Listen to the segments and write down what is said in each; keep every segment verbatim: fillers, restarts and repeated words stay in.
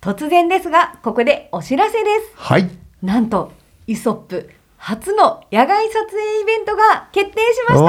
突然ですがここでお知らせです。 はい。 なんとイソップ初の野外撮影イベントが決定しました。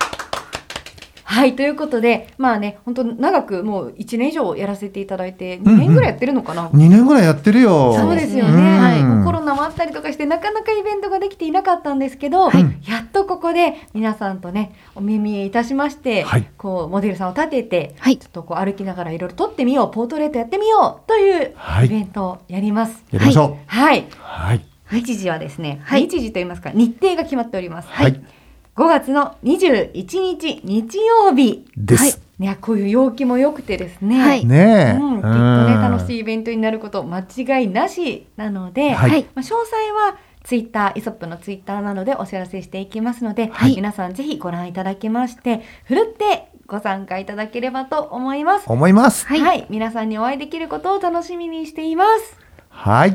はい、ということでまあね本当長くもういちねん以上やらせていただいてにねんぐらいやってるのかな、 うんうん、にねんぐらいやってるよ。 そうですよね、はい、コロナもあったりとかしてなかなかイベントができていなかったんですけど、はい、やっとここで皆さんとねお目見えいたしまして、はい、こうモデルさんを立てて、はい、ちょっとこう歩きながらいろいろ撮ってみようポートレートやってみようというイベントをやります。 やりましょう。 はい、 はい、 日時はですね、はい、日時といいますか日程が決まっております。 はい、 ごがつのにじゅういちにち日曜日です。 はい、いやこういう陽気も良くてですね、 はい、ね、 うん、きっとね楽しいイベントになること間違いなしなので、はい、まあ、詳細はツイッターイソップのツイッターなどでお知らせしていきますので、はい、皆さんぜひご覧いただきましてふるってご参加いただければと思います思います、 はいはい、皆さんにお会いできることを楽しみにしています。 はい、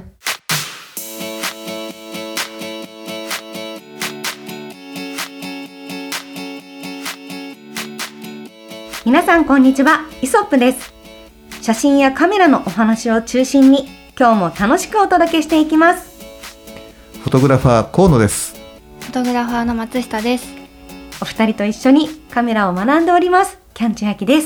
皆さんこんにちは、イソップです。写真やカメラのお話を中心に今日も楽しくお届けしていきます。 フォトグラファー河野です。 フォトグラファーの松下です。 お二人と一緒にカメラを学んでおりますキャンチュアキです。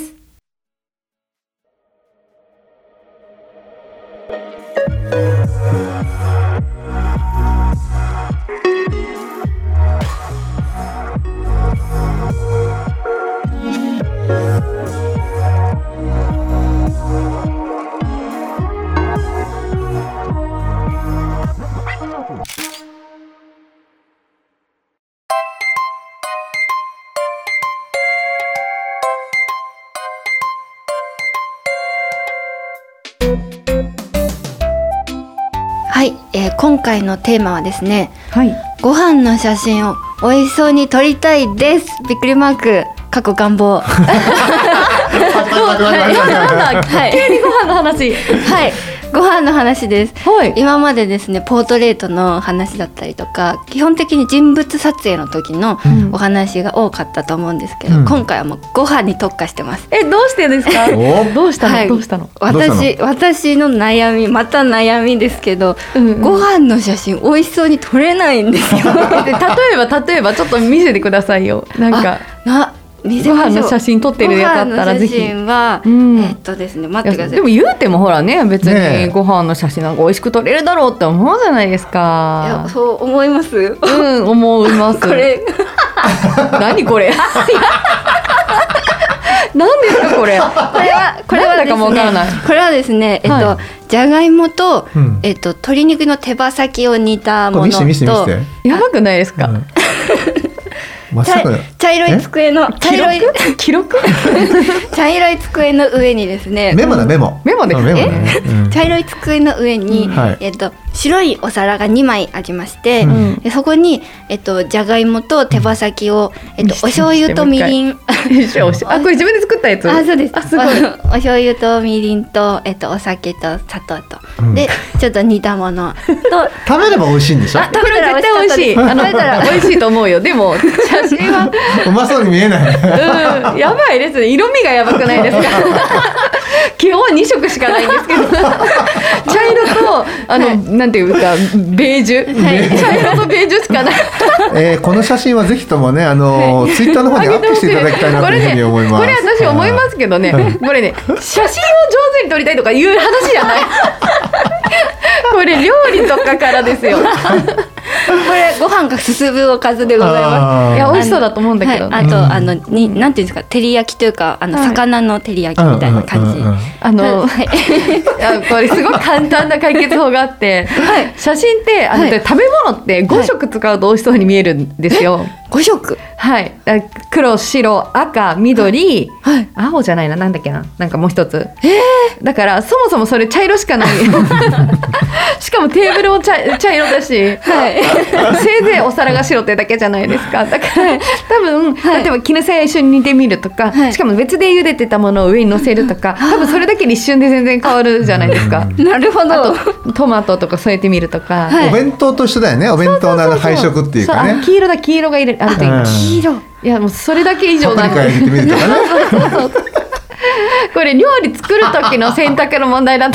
はい、えー、今回のテーマはですね、 はい、 ご飯の写真を美味しそうに撮りたいです。びっくりマーク過去願望。はい、 急にご飯の話。 はい、ご飯の話です、 はい、 今までですねポートレートの話だったりとか基本的に人物撮影の時のお話が多かったと思うんですけど、うん、今回はもうご飯に特化してます。 えどうしてですか？どうしたの、はい、どうしたの？ 私私の悩みまた悩みですけど、うんうん、ご飯の写真美味しそうに撮れないんですよ。 例えば例えばちょっと見せてくださいよ。なんかなご飯の写真撮ってるやつだったらぜひ。 ご飯の写真は、うん、えー、っとですね待ってください。 でも言うてもほらね別にご飯の写真なんか美味しく撮れるだろうって思うじゃないですか。 いやそう思います。 うん思います。これ何これ？何ですかこれ？ これはこれはですねこれはですねえっと、はい、じゃがいもと、うん、えっと鶏肉の手羽先を煮たものと。見せて見せて見せて。 やばくないですか？うんまさか茶色い机の茶色い記録茶色い机の上にですねメモだメモメモで、 ねうん、茶色い机の上に、うんえっと、白いお皿がにまいありまして、うん、でそこに、えっと、じゃがいもと手羽先を、うんえっと、お醤油とみりんあこれ自分で作ったやつ。 あそうです。あすごいお醤油とみりんと、えっと、お酒と砂糖と、うん、でちょっと煮たものと食べれば美味しいんでしょ？ あ食べたら絶対美味しい。あの食べたら美味しいと思うよ。でも写真はうまそうに見えない。 うんやばいですね。色味がやばくないですか？基本にしょくしかないんですけど茶色とあの、はい、なんていうかベージュ、はい、茶色とベージュしかない。 えー、この写真はぜひともねあの、はい、ツイッターの方にアップしていただきたいなというふうに思います。 これ、ね、これ私思いますけどね、はい、これね写真を上手に撮りたいとかいう話じゃない。これ料理とかからですよ。 これご飯が進むおかずでございます。 いや美味しそうだと思うんだけど、ね、 はい、あと、うん、あのになんていうんですか照り焼きというかあの、はい、魚の照り焼きみたいな感じ。 あの、はい、これすごい簡単な解決法があって、はい、写真ってあの、はい、食べ物ってごしょく使うと美味しそうに見えるんですよ。 ごしょくはい黒白赤緑、はい、青じゃないななんだっけななんかもう一つ、えー、だからそもそもそれ茶色しかない。しかもテーブルも 茶, 茶色だし、はい、せいぜいお皿が白ってだけじゃないですか。だから多分、はい、例えば絹さや一緒に煮てみるとか、はい、しかも別で茹でてたものを上に乗せるとか、多分それだけで一瞬で全然変わるじゃないですか。 なるほど。 あとトマトとか添えてみるとか、 はい、お弁当と一緒だよね。お弁当の配色っていうかね。 黄色だ黄色が入れあるといい。黄色いやもうそれだけ以上なの。 パプリカ入れてみるとかね。 これ料理作る時の選択の問題だった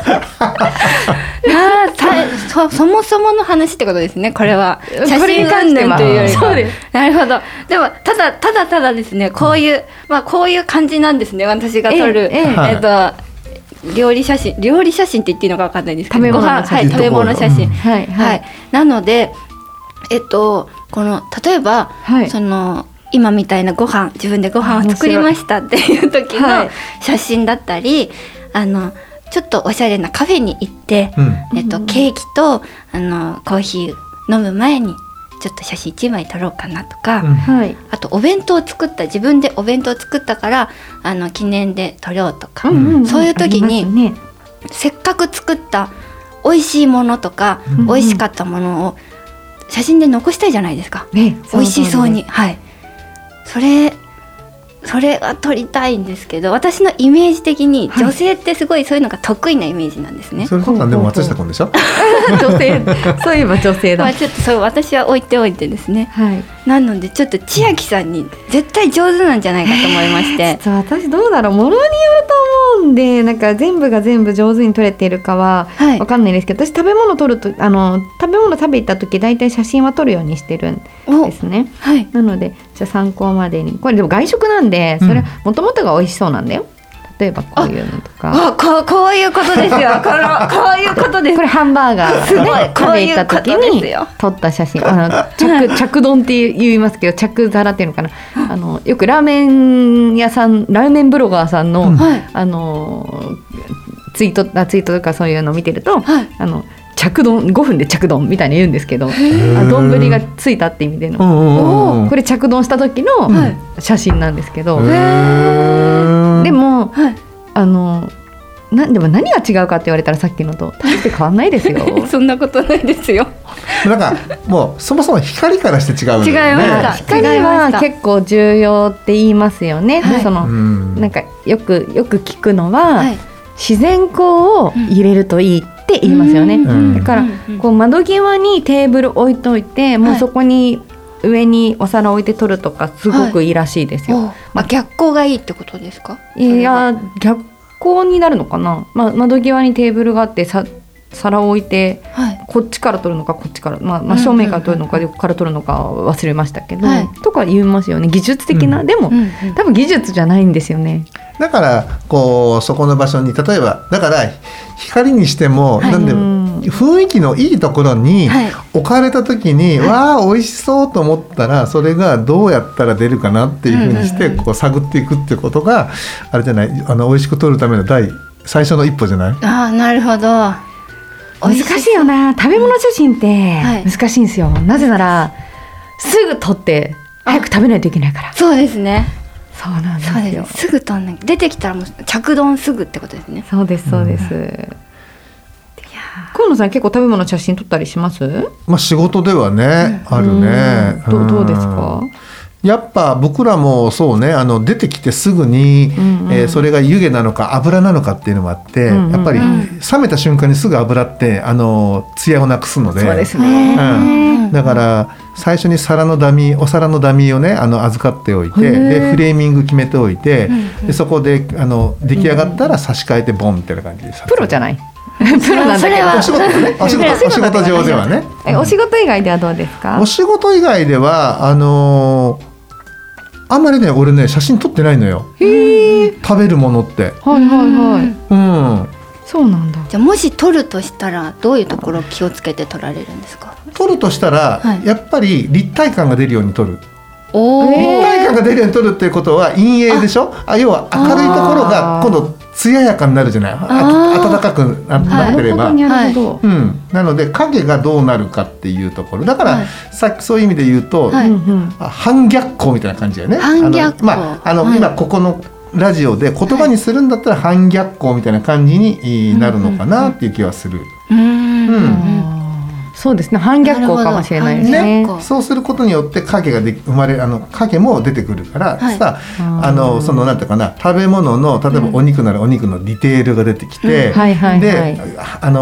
あさ そ, そもそもの話ってことですね、これは。写真関連というよりそうです。 なるほど。でもただただただですね、こういう、まあ、こういう感じなんですね、私が撮る、ええええっと料理写真料理写真って言っていいのか分かんないですけど、 食べ物の写真、 はい、食べ物写真、うん、 はいはいはい、なのでえっとこの例えば、はい、その今みたいなご飯自分でご飯を作りましたっていう時の写真だったり、はい、あのちょっとおしゃれなカフェに行って、うん、えっと、ケーキとあのコーヒー飲む前にちょっと写真いちまい撮ろうかなとか、うん、あとお弁当を作った自分でお弁当を作ったからあの記念で撮ろうとか、うんうん、そういう時に、ね、せっかく作った美味しいものとか、うんうん、美味しかったものを写真で残したいじゃないですか、ね、美味しそうに、はい、それそれは撮りたいんですけど、私のイメージ的に女性ってすごいそういうのが得意なイメージなんですね、はい、 それこそでも松下君でしょ女性、そういえば女性だ、 まあ、ちょっとそう私は置いておいてですね、はい、なのでちょっと千秋さんに絶対上手なんじゃないかと思いまして、 えー、ちょっと私どうだろう、ものによると思うんで、なんか全部が全部上手に撮れているかは分かんないですけど、はい、私食べ物撮るとあの食べ物食べ行った時大体写真は撮るようにしてるんですね、はい、なのでじゃあ参考までに、これでも外食なんでそれはもともとが美味しそうなんだよ、例えばこういうのとか、 あこう、こういうことですよこのこういうことです。 これハンバーガー、ね、食べ行った時に撮った写真、あの 着, 着丼って言いますけど着皿っていうのかな、あのよくラーメン屋さんラーメンブロガーさんの、うん、あのツイートあツイートとかそういうのを見てると、はい、あの着丼ごふんで着丼みたいに言うんですけど、丼がついたって意味での、これ着丼した時の写真なんですけど、でも、はい、あのなでも何が違うかって言われたらさっきのと大して変わんないですよそんなことないですよなんかもうそもそも光からして違うんだよね。 違いました。 光は結構重要って言いますよね、はい、そのなんかよくよく聞くのは、はい、自然光を入れるといいって言いますよね、うん、だからこう窓際にテーブル置いといて、もうそこに上にお皿置いて撮るとかすごくいいらしいですよ、はい、 まあ、逆光がいいってことですか？ いや逆光になるのかな、まあ、窓際にテーブルがあってさ皿を置いて、はい、こっちから撮るのかこっちから、まあ、まあ正面から撮るのか横から撮るのか忘れましたけど、はい、とか言いますよね、技術的な、うん、でも、うんうん、多分技術じゃないんですよね。 だからこうそこの場所に例えばだから光にしても、はい、なんで雰囲気のいいところに置かれた時に、はい、わあ美味しそうと思ったらそれがどうやったら出るかなっていうふうにしてこう探っていくっていうことがあれじゃない、あの美味しく撮るための第最初の一歩じゃない？ ああ、なるほど。 難しいよな、食べ物写真って難しいんですよ、はい、なぜならすぐ撮って早く食べないといけないから。 そうですね、 そうなんですよ。そうです、 すぐ撮んなきゃ、出てきたらもう着丼すぐってことですね。 そうですそうです、うん、いや河野さん結構食べ物写真撮ったりします？ まあ、仕事ではね、うん、あるね、 うん、ど, どうですか？ やっぱ僕らもそうね、あの出てきてすぐに、うんうん、えー、それが湯気なのか油なのかっていうのもあって、うんうん、やっぱり冷めた瞬間にすぐ油ってあの艶をなくすので、 そうですね、 うん、だから最初に皿のダミーお皿のダミーをねあの預かっておいて、でフレーミング決めておいて、うんうん、でそこであの出来上がったら差し替えてボンってな感じで、 プロじゃないプロなんだけど、 お仕事ね、お仕事、お仕事上ではね、 えお仕事以外ではどうですか？ お仕事以外ではあのーあんまりね俺ね写真撮ってないのよ。へー、食べるものって。 はいはいはい。 うん。 そうなんだ。 じゃあもし撮るとしたらどういうところを気をつけて撮られるんですか？ 撮るとしたら、はい、やっぱり立体感が出るように撮る。 お立体感が出るように撮るっていうことは陰影でしょ。あ、要は明るいところが今度艶やかになるじゃない。あ暖かくなってれば、 なるほど、 うん、なので影がどうなるかっていうところだから、はい、さっきそういう意味で言うと、はい、反逆光みたいな感じだよね。 反逆光、 まああの、はい、今ここのラジオで言葉にするんだったら反逆光みたいな感じになるのかなっていう気はする。 うん、うん、 そうですね、反逆光かもしれないですね。 そうすることによって影がで生まれあの影も出てくるから、はい、さあのそのなんていうかな、食べ物の例えばお肉ならお肉のディテールが出てきて、であの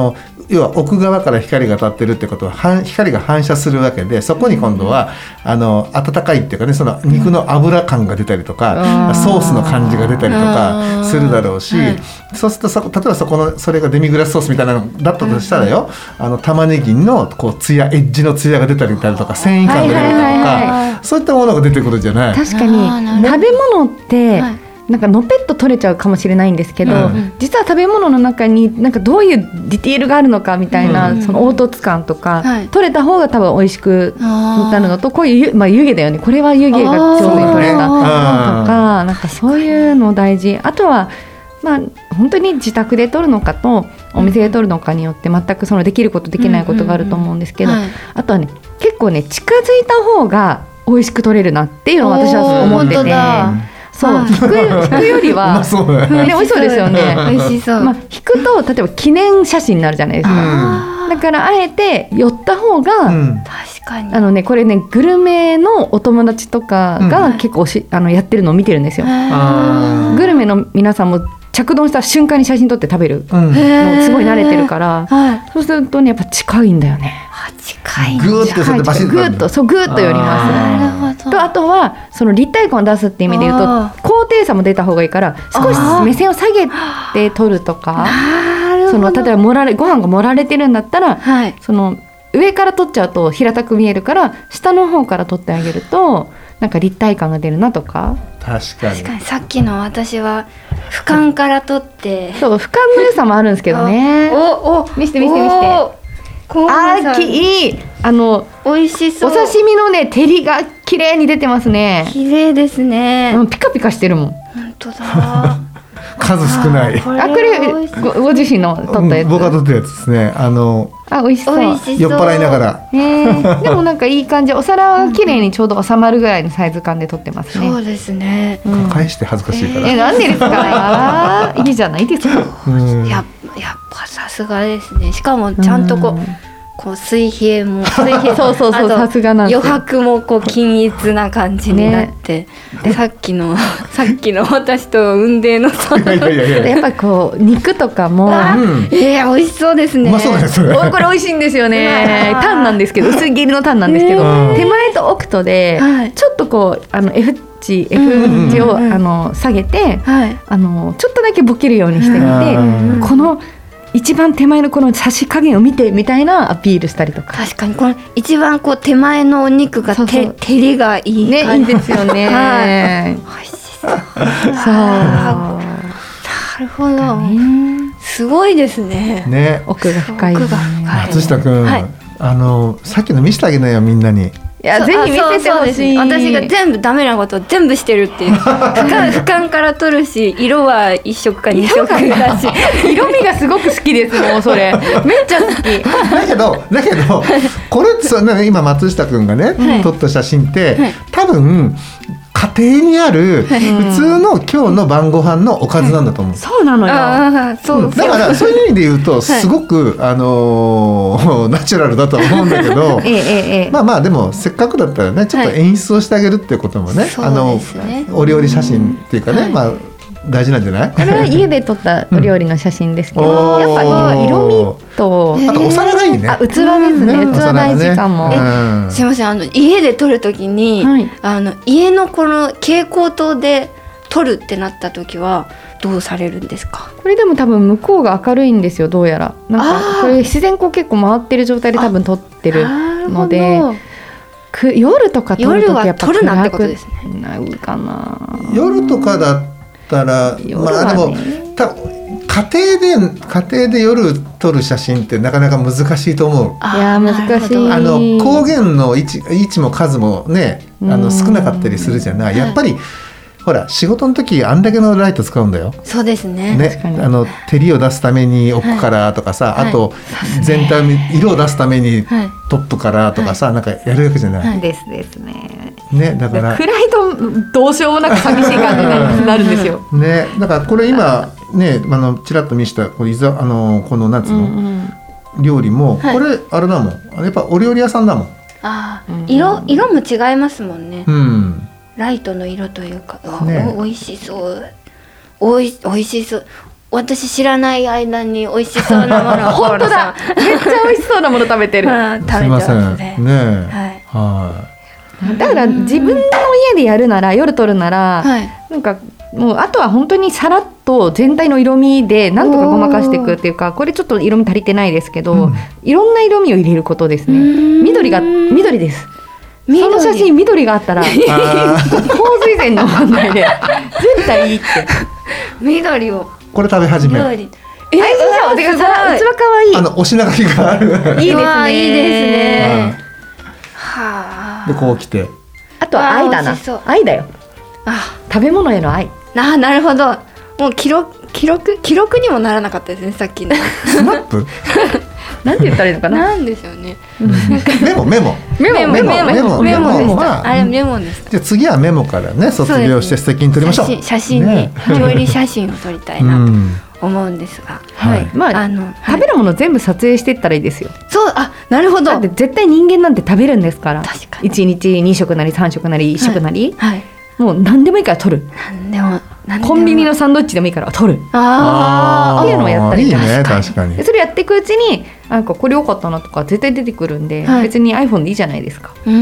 要は奥側から光が当たってるってことは光が反射するわけで、そこに今度はあの温かいっていうかね、その肉の油感が出たりとか、ソースの感じが出たりとかするだろうし、そうするとそ例えばそこのそれがデミグラスソースみたいなのだったとしたらよ、あの玉ねぎのこうツヤエッジのツヤが出たりとか繊維感が出たりとか、そういったものが出てくるじゃない。 確かに食べ物って、はい、なんかのぺっと取れちゃうかもしれないんですけど、うん、実は食べ物の中になんかどういうディティールがあるのかみたいな、うん、その凹凸感とか、はい、取れた方が多分美味しくなるのと、こういう、まあ、湯気だよね、これは湯気が上手に取れたとか、なんかそういうの大事。あとはまあ本当に自宅で取るのかとお店で取るのかによって全くそのできることできないことがあると思うんですけど、あとはね結構ね近づいた方が美味しく取れるなっていうのを私は思ってて、そう引く、引くよりは、 まあそうね、 ね、美味しそうですよね。 美味しそう。 まあ、引くと例えば記念写真になるじゃないですか。うん、だからあえて寄った方が、うん、 確かに。 あのねこれねグルメのお友達とかが結構し、うん、あのやってるのを見てるんですよ。グルメの皆さんも着丼した瞬間に写真撮って食べるのすごい慣れてるから、はい、そうするとねやっぱ近いんだよね。 近いグーッとそれでバシッとグーッとそうグーッと寄ります。 なるほど。とあとはその立体感を出すっていう意味で言うと高低差も出た方がいいから少し目線を下げて撮るとか、その例えば盛られご飯が盛られてるんだったら、はい、その上から撮っちゃうと平たく見えるから下の方から撮ってあげるとなんか立体感が出るなとか。 確かに確かにさっきの私は俯瞰から撮ってそう俯瞰の良さもあるんですけどね。 おお見せて見せて見せて。あきいいあの美味しそう。 お刺身のね照りが綺麗に出てますね。 綺麗ですね。 ピカピカしてるもん。 本当だ。 数少ない。 これあこれ ご, ご自身の撮ったやつ。 僕が撮ったやつですね。あのあ美味しそう。 美味しそう。 酔っ払いながら。 えー、でもなんかいい感じ。お皿は綺麗にちょうど収まるぐらいのサイズ感で撮ってますね。 そうですね。 うん、返して恥ずかしいから。 えー、なんでですか。いいじゃないですか。 うん、や, やっぱさすがですね。しかもちゃんとこう。うんこう水平も水平そうそうそうさすがなんですよ。 余白もこう均一な感じになって、ね、さっきのさっきの私と雲泥の差やっぱりこう肉とかも、うん、 えー、美味しそうですね。 まあそうですね。 これ美味しいんですよね。タンなんですけど薄切りのタンなんですけど、えー、手前と奥とで、はい、ちょっとこうあの F 値 F 値を、うんうん、あの下げて、はい、あのちょっとだけボケるようにしてみて、うん、この一番手前のこの差し加減を見てみたいなアピールしたりとか。 確かにこの一番こう手前のお肉がそうそう照りがいいね、いいですよね。 はい、美味しそう。そうなるほど、ね、すごいですね。 ね奥が深い、ね、 松下君、はい、あのさっきの見せてあげなよみんなに。 いやぜひ見せてほしい。 私が全部ダメなことを全部してるっていう俯瞰、俯瞰から撮るし色は一色か二色だし色味がすごく好きですもんそれめっちゃ好きだけどだけどこれさなんか今松下くんがね、はい、撮った写真って、はい、多分家庭にある普通の今日の晩ご飯のおかずなんだと思う、はい、 そうなのよ。 あそう、 だからそういう意味で言うとすごく、はい、あのー、ナチュラルだと思うんだけどええええ、まあまあでもせっかくだったらねちょっと演出をしてあげるっていうこともね、はい、あのお料理写真っていうかね、はい、まあ大事なんじゃない？ これは家で撮ったお料理の写真ですけど、うん、やっぱ色味とあとお皿がいいね。 あ器ですね、うん、器大事かも、 ねうん、すいませんあの家で撮るときに、はい、あの家のこの蛍光灯で撮るってなったときはどうされるんですか？ これでも多分向こうが明るいんですよどうやら。なんかこれ自然光結構回ってる状態で多分撮ってるのでく夜とか撮るときやっぱ夜は撮るなってことですね。 なるかな。 夜とかだったら、ね、まあでもた家庭で家庭で夜撮る写真ってなかなか難しいと思う。 いや難しい。 あの光源の位置、位置も数もねあの少なかったりするじゃない。やっぱりほら仕事の時あんだけのライト使うんだよ。 そうですね。 ねあの照りを出すために奥からとかさ、はい、あと、はい、全体に色を出すためにトップからとかさ、はい、なんかやるわけじゃない。 はい、ですですね。 ねだから暗いとどうしようもなく寂しい感じになるんですよ。 ねだからこれ今ねあのちらっと見せたこれいざあのこのなんつうの、うんうん、料理も、はい、これあれだもんやっぱお料理屋さんだもん。 ああ、うん、色色も違いますもんね。 うん。 ライトの色というか、ね、お, おいしそうおいおいしそう私知らない間に美味しそうなものを本当だめっちゃ美味しそうなもの食べてる食べてすいませんねねはいはいだから自分の家でやるなら夜撮るなら、はい、なんかもうあとは本当にさらっと全体の色味でなんとかごまかしていくっていうかこれちょっと色味足りてないですけど、うん、いろんな色味を入れることですね。緑が緑です。その写真緑があったら洪水前の問題で絶対いいって緑をこれ食べ始め緑えー、そうてかさ器かわいいあのお品書きがあるいいですねいいですねはあでこう来てあとは愛だな愛だよあ食べ物への愛あなるほどもう記録記録記録にもならなかったですねさっきのスナップなんて言ったらいいのかななんでしょうねメモメモメモメモメモメモでしたあれメモでしたじゃあ次はメモからね卒業して素敵に撮りましょう写真に料理写真を撮りたいな思うんですがはいまあ食べるもの全部撮影していったらいいですよそうあなるほどだって絶対人間なんて食べるんですから確かにいちにちに食なりさん食なりいっ食なりはいもう何でもいいから取る何でも何でもコンビニのサンドイッチでもいいから取るああっていうのをやったらいいいいね確かにそれやっていくうちになんかこれ良かったなとか絶対出てくるんで、はい、別に iPhone でいいじゃないですか、 うんうんうん、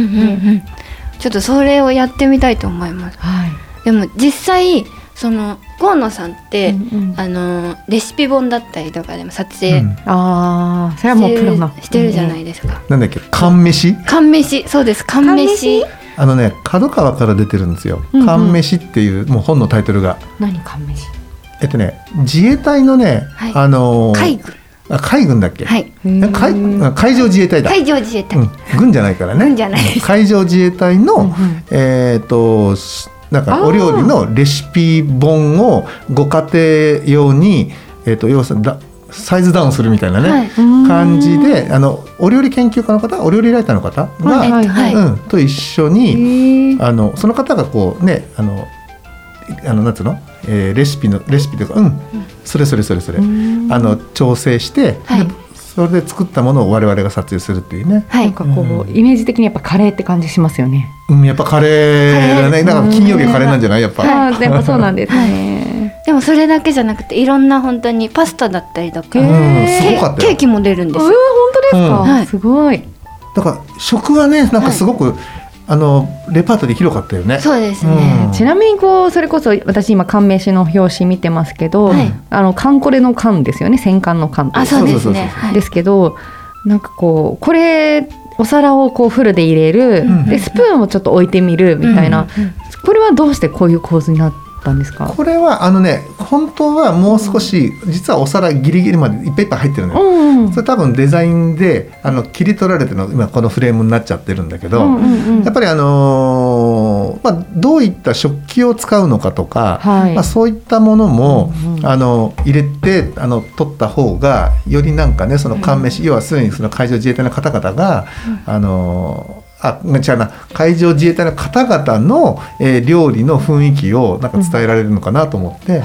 ちょっとそれをやってみたいと思います、はい、でも実際その河野さんって、うんうん、あのレシピ本だったりとかでも撮影、うん、 あそれはもうプロのしてるじゃないですか、 なんだっけ缶飯缶飯そうです缶飯あのね角川から出てるんですよ、うんうん、缶飯っていうもう本のタイトルが何缶飯えっとね自衛隊のね、はい、あのー、 海軍あ海軍だっけ、はい、海, 海上自衛隊だ海上自衛隊、うん、 軍じゃないからね軍じゃないです海上自衛隊の、うんうん、えー、っとなんかお料理のレシピ本をご家庭用に、えー、っと要するにサイズダウンするみたいなね、はい、感じであのお料理研究家の方お料理ライターの方が、はいはいうん、と一緒にあのその方がこうねあのあのなんつうの、えー、レシピのレシピというかうん、うん、それそれそれそれあの調整して、はい、それで作ったものを我々が撮影するっていうね、 はい、なんかこう、うん、イメージ的にやっぱカレーって感じしますよね。 うん、やっぱカレーだね。なんか金曜日はカレーなんじゃないやっぱ。 あやっぱそうなんですね。はいでもそれだけじゃなくていろんな本当にパスタだったりとか、 うん、すごかったよ。 ケーキも出るんですよ。 本当ですか、うんはい、 すごい。 だから食はねなんかすごく、はい、あのレパートリー広かったよね。 そうですね、 うん、ちなみにこうそれこそ私今缶飯の表紙見てますけど、はい、あの缶これの缶ですよね戦艦の缶あそうですねですけどなんかこうこれお皿をこうフルで入れる、うん、でスプーンをちょっと置いてみるみたいな、うんうん、これはどうしてこういう構図になったんですか？ これはあのね本当はもう少し、うん、実はお皿ギリギリまでいっぱいいっぱい入ってるのよ、うんうん、それ多分デザインであの切り取られての今このフレームになっちゃってるんだけど、うんうんうん、やっぱりあのーまあ、どういった食器を使うのかとか、はいまあ、そういったものも、うんうん、あの入れてあの取った方がよりなんかねその缶飯、うん、要はすでにその海上自衛隊の方々が、うん、あのーあ違うな海上自衛隊の方々の、えー、料理の雰囲気をなんか伝えられるのかなと思って、うん、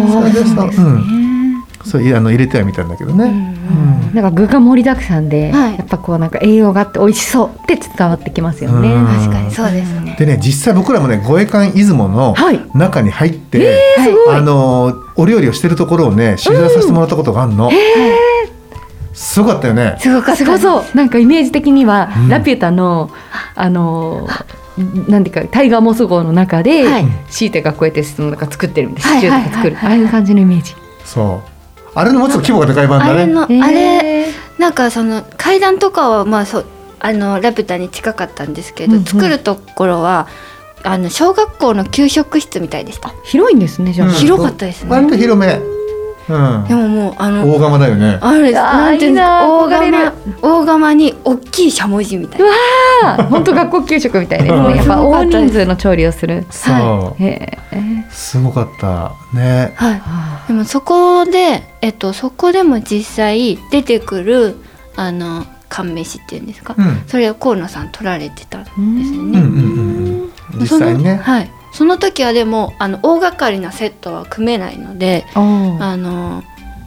それでそうですね、うん、そうあの入れてはみたんだけどね、うんうん、 なんか具が盛りだくさんで、はい、やっぱこうなんか栄養があって美味しそうって伝わってきますよね。 確かにそうですね。 でね実際僕らもね護衛艦出雲の中に入って、 はいえー、 あのお料理をしてるところをね取材させてもらったことがあるの、うんえーすごかったよね。 すごかった。すごそう。なんかイメージ的には、うん、ラピュタのあのなんていうかタイガーモス号の中で、はい、シーテがこうやってそのなんか作ってるんで、シチューとか作る、ああいう感じのイメージ。 そう。あれのもうちょっと規模がでかい版だね。 あれの、あれなんかその階段とかはまあそうあのラピュタに近かったんですけど、うんうん、作るところはあの小学校の給食室みたいでした。 広いんですね。じゃあ、うん、 広かったですね。 割と広め。うん、 でももうあの大釜だよね。 あれなんていうんですか、大釜大釜に大きいしゃもじみたいな。 うわ本当学校給食みたいですね。やっぱ大人数の調理をする。 そう、はい、へすごかったね。 はい。でもそこでえっとそこでも実際出てくるあの缶飯っていうんですか、うん、それを河野さん取られてたんですよね。うんうんうんうん、実際ね。 はい。その時はでもあの大掛かりなセットは組めないのであの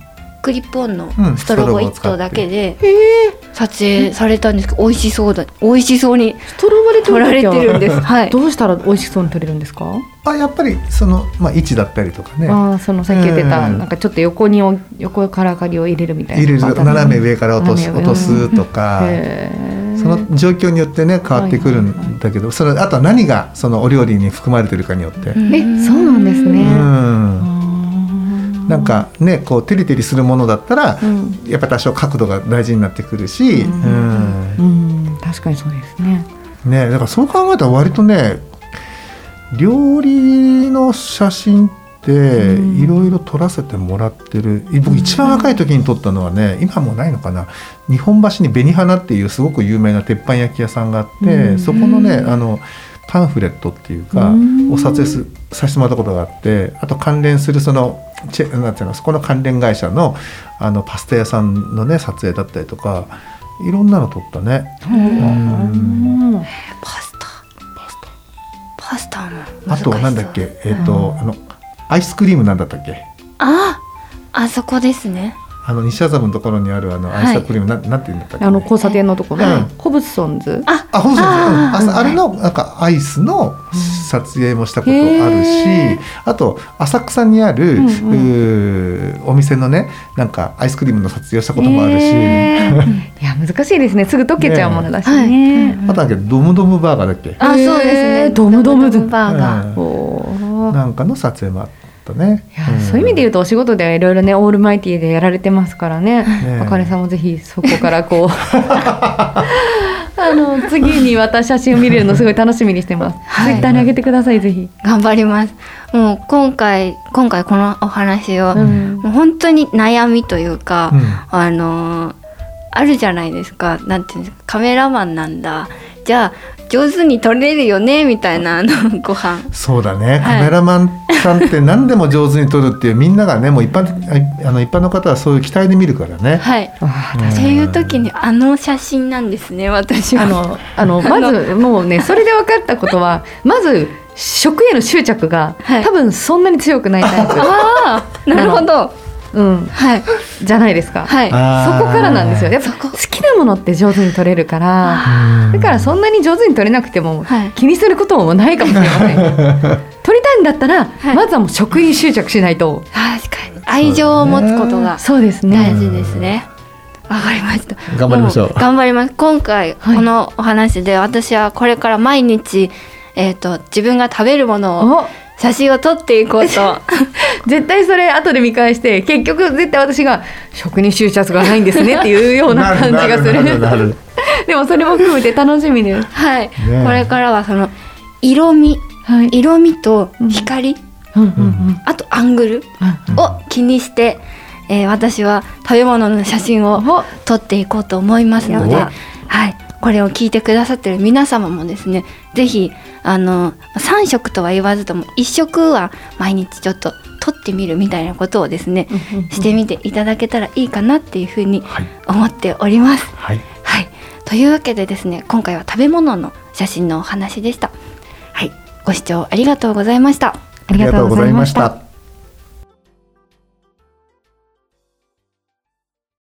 クリップオンのストロボいっとうだけで撮影されたんですけど、美味しそうだ美味しそうにストロボで撮られてるんです、はい、 どうしたら美味しそうに撮れるんですか？ あやっぱりその、まあ、位置だったりとかね、 あそのさっき言ってた、うん、なんかちょっと横に横から明かりを入れるみたいな、 入れる斜め上から落とす、落とすとか、その状況によってね変わってくるんだけど、それあとは何がそのお料理に含まれてるかによって、 うん、えそうなんですね、 うんなんかねこうテリテリするものだったら、うん、やっぱ多少角度が大事になってくるし、うんうんうん、確かにそうですね。 ねだからそう考えたら割とね料理の写真っていろいろ撮らせてもらってる、うん、僕一番若い時に撮ったのはね、今もないのかな、日本橋に紅花っていうすごく有名な鉄板焼き屋さんがあって、うん、そこのねあのパンフレットっていうか、うん、を撮影すさせてもらったことがあって、あと関連するそのチェなんていうのそこの関連会社のあのパスタ屋さんのね撮影だったりとかいろんなの撮ったね。うんパスタパスタパスタもあとなんだっけえっ、ー、と、うん、あのアイスクリームなんだったっけ、 ああそこですね、 あの西麻布のところにあるあのアイスクリーム、はい、な, なんていうんだったっけ、 あの交差点のところ、うん、ホブソンズ、 ああホブソンズ、あ, あ, あれのなんかアイスの撮影もしたことあるし、あと浅草にある、うんうん、お店のねなんかアイスクリームの撮影をしたこともあるし、いや難しいですね、すぐ溶けちゃうものだしね、 ね、あとだけドムドムバーガーだっけ、 あそうですね、 ドムドムバーガー、 うん、なんかの撮影もあったね、 いや、うん、そういう意味で言うとお仕事ではいろいろねオールマイティーでやられてますからね、あかねさんもぜひそこからこうあの次にまた写真を見れるのすごい楽しみにしてます、はい、ツイッターに上げてください、ぜひ頑張ります。もう今回今回このお話を、うん、もう本当に悩みというか、うん、あのあるじゃないですか、なんていうんですか、カメラマンなんだじゃあ上手に撮れるよねみたいなあのご飯そうだね、はい、カメラマンさんって何でも上手に撮るっていうみんながねもう一般あの一般の方はそういう期待で見るからね、 はい、っていう時にあの写真なんですね、私はあのあのまずもうねそれで分かったことはまず食への執着が、はい、多分そんなに強くないタイプああなるほど、 うんはい、じゃないですか、はい、そこからなんですよ。やっぱ好きなものって上手に撮れるからだからそんなに上手に撮れなくても気にすることもないかもしれません、はい、撮りたいんだったら、はい、まずはもう食に執着しないと、 確かに愛情を持つことがそうですね大事ですね。わかりました、 頑張りましょう。 頑張ります。今回このお話で、はい、私はこれから毎日、えーと、自分が食べるものを写真を撮っていこうと絶対それ後で見返して結局絶対私が食に執着がないんですねっていうような感じがするでもそれも含めて楽しみです、 はい、ね、これからはその色味、はい、色味と光、うんうんうんうん、あとアングルを気にして、えー、私は食べ物の写真を撮っていこうと思いますので、はい、これを聞いてくださってる皆様もですね、ぜひあのさん食とは言わずともいっ食は毎日ちょっと撮ってみるみたいなことをですねしてみていただけたらいいかなっていうふうに思っております、はいはい、というわけでですね、今回は食べ物の写真のお話でした。はい、ご視聴ありがとうございました。 ありがとうございました。